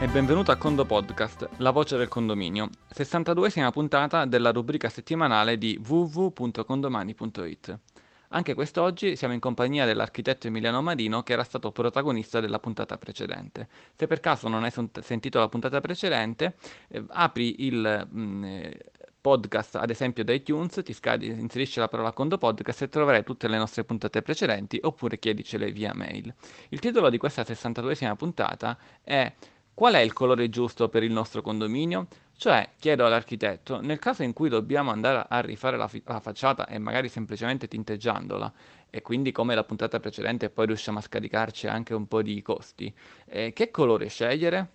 e benvenuto a Condo Podcast, la voce del condominio, 62esima puntata della rubrica settimanale di www.condomani.it. Anche quest'oggi siamo in compagnia dell'architetto Emiliano Marino, che era stato protagonista della puntata precedente. Se per caso non hai sentito la puntata precedente, apri il podcast, ad esempio da iTunes, inserisci la parola Condo Podcast e troverai tutte le nostre puntate precedenti, oppure chiedicele via mail. Il titolo di questa 62esima puntata è: qual è il colore giusto per il nostro condominio? Cioè, chiedo all'architetto, nel caso in cui dobbiamo andare a rifare la facciata e magari semplicemente tinteggiandola, e quindi come la puntata precedente poi riusciamo a scaricarci anche un po' di costi, che colore scegliere?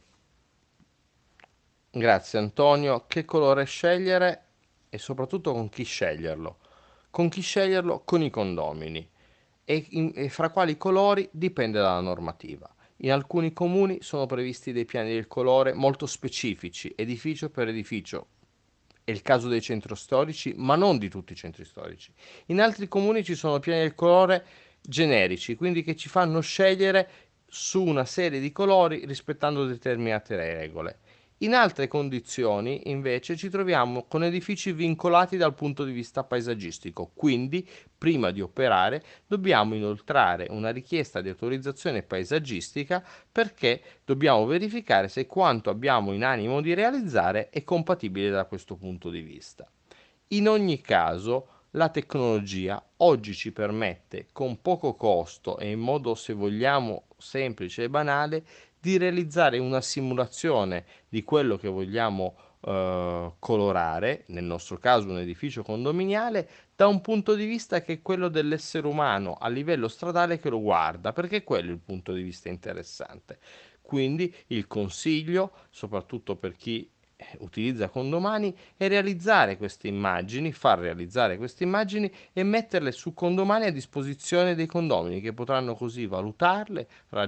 Grazie Antonio. Che colore scegliere e soprattutto con chi sceglierlo? Con chi sceglierlo? Con i condomini. E fra quali colori dipende dalla normativa. In alcuni comuni sono previsti dei piani del colore molto specifici, edificio per edificio. È il caso dei centri storici, ma non di tutti i centri storici. In altri comuni ci sono piani del colore generici, quindi che ci fanno scegliere su una serie di colori rispettando determinate regole. In altre condizioni, invece, ci troviamo con edifici vincolati dal punto di vista paesaggistico, quindi prima di operare dobbiamo inoltrare una richiesta di autorizzazione paesaggistica perché dobbiamo verificare se quanto abbiamo in animo di realizzare è compatibile da questo punto di vista. In ogni caso, la tecnologia oggi ci permette con poco costo e in modo, se vogliamo, semplice e banale, di realizzare una simulazione di quello che vogliamo colorare, nel nostro caso un edificio condominiale, da un punto di vista che è quello dell'essere umano a livello stradale che lo guarda, perché quello è il punto di vista interessante. Quindi il consiglio, soprattutto per chi utilizza condomani, è realizzare queste immagini, far realizzare queste immagini e metterle su condomani a disposizione dei condomini che potranno così valutarle,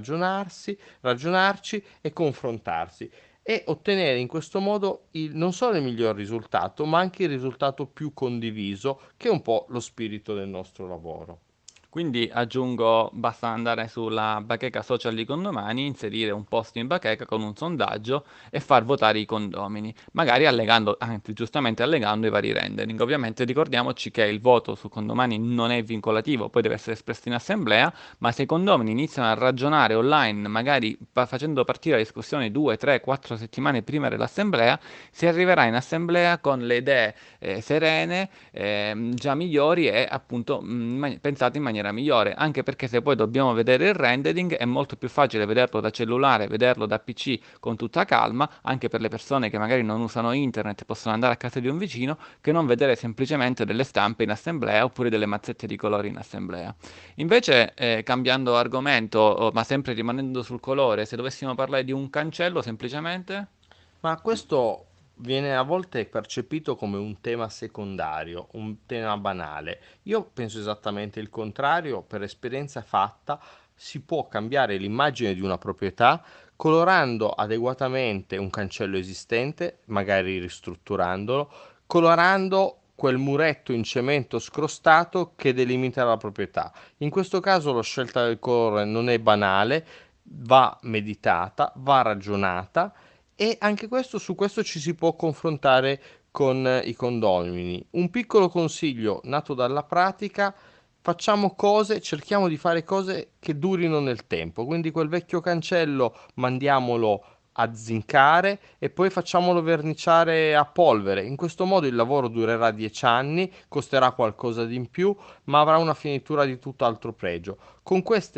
ragionarci e confrontarsi e ottenere in questo modo non solo il miglior risultato, ma anche il risultato più condiviso, che è un po' lo spirito del nostro lavoro. Quindi aggiungo, basta andare sulla bacheca social di condomani, inserire un post in bacheca con un sondaggio e far votare i condomini, magari allegando, anzi giustamente allegando i vari rendering. Ovviamente ricordiamoci che il voto su condomani non è vincolativo, poi deve essere espresso in assemblea, ma se i condomini iniziano a ragionare online, magari facendo partire la discussione 2, 3, 4 settimane prima dell'assemblea, si arriverà in assemblea con le idee serene, già migliori e appunto pensate in maniera migliore, anche perché se poi dobbiamo vedere il rendering è molto più facile vederlo da cellulare, vederlo da PC con tutta calma, anche per le persone che magari non usano internet e possono andare a casa di un vicino, che non vedere semplicemente delle stampe in assemblea oppure delle mazzette di colori in assemblea. Invece, cambiando argomento, ma sempre rimanendo sul colore, se dovessimo parlare di un cancello semplicemente... Ma questo viene a volte percepito come un tema secondario, un tema banale. Io penso esattamente il contrario, per esperienza fatta si può cambiare l'immagine di una proprietà colorando adeguatamente un cancello esistente, magari ristrutturandolo, colorando quel muretto in cemento scrostato che delimita la proprietà. In questo caso la scelta del colore non è banale, va meditata, va ragionata e anche questo, su questo ci si può confrontare con i condomini. Un piccolo consiglio nato dalla pratica: facciamo cose, cerchiamo di fare cose che durino nel tempo. Quindi quel vecchio cancello mandiamolo a zincare e poi facciamolo verniciare a polvere. In questo modo il lavoro durerà 10 anni, costerà qualcosa di in più, ma avrà una finitura di tutt'altro pregio. Con queste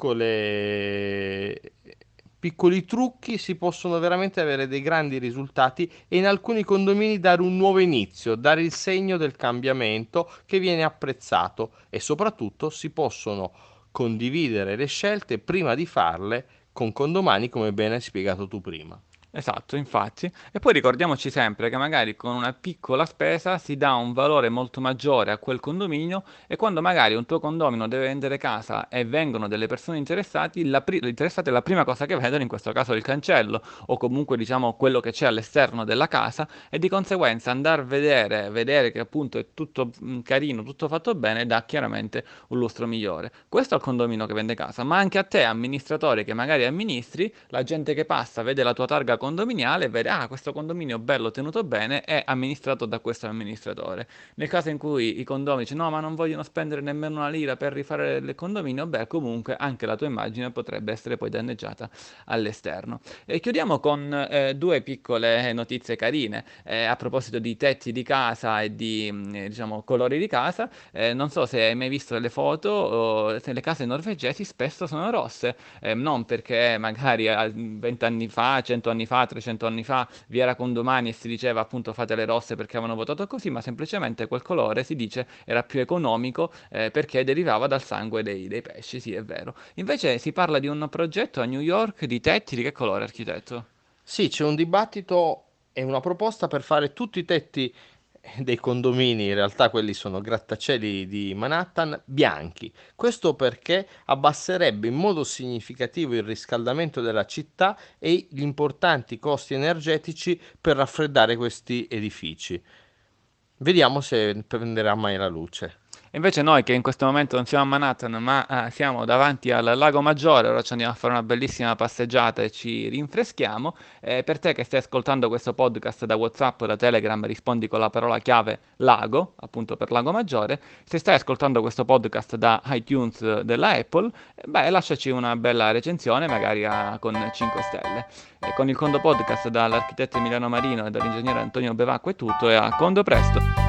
piccoli trucchi si possono veramente avere dei grandi risultati e in alcuni condomini dare un nuovo inizio, dare il segno del cambiamento che viene apprezzato e soprattutto si possono condividere le scelte prima di farle con condomani, come bene hai spiegato tu prima. Esatto, infatti. E poi ricordiamoci sempre che magari con una piccola spesa si dà un valore molto maggiore a quel condominio e quando magari un tuo condomino deve vendere casa e vengono delle persone interessate, la prima cosa che vedono in questo caso è il cancello o comunque diciamo quello che c'è all'esterno della casa e di conseguenza andare a vedere che appunto è tutto carino, tutto fatto bene, dà chiaramente un lustro migliore. Questo al condomino che vende casa, ma anche a te, amministratore che magari amministri, la gente che passa vede la tua targa condominiale e vede, ah, questo condominio bello tenuto bene è amministrato da questo amministratore. Nel caso in cui i condomini dicono no, ma non vogliono spendere nemmeno una lira per rifare il condominio, beh, comunque anche la tua immagine potrebbe essere poi danneggiata all'esterno. E chiudiamo con due piccole notizie carine. A proposito di tetti di casa e di diciamo colori di casa, non so se hai mai visto le foto, se le case norvegesi spesso sono rosse, non perché magari 20 anni fa, 100 anni fa, 300 anni fa vi era condomani e si diceva appunto fate le rosse perché avevano votato così, ma semplicemente quel colore si dice era più economico perché derivava dal sangue dei pesci, sì è vero. Invece si parla di un progetto a New York di tetti di che colore, architetto? Sì, c'è un dibattito e una proposta per fare tutti i tetti dei condomini, in realtà quelli sono grattacieli di Manhattan, bianchi. Questo perché abbasserebbe in modo significativo il riscaldamento della città e gli importanti costi energetici per raffreddare questi edifici. Vediamo se prenderà mai la luce. E invece noi che in questo momento non siamo a Manhattan, ma siamo davanti al Lago Maggiore, ora ci andiamo a fare una bellissima passeggiata e ci rinfreschiamo. Per te che stai ascoltando questo podcast da WhatsApp o da Telegram, rispondi con la parola chiave Lago, appunto per Lago Maggiore. Se stai ascoltando questo podcast da iTunes della Apple, beh, lasciaci una bella recensione, magari con 5 stelle. E con il Condo Podcast dall'architetto Emiliano Marino e dall'ingegnere Antonio Bevacqua è tutto e a Condo presto!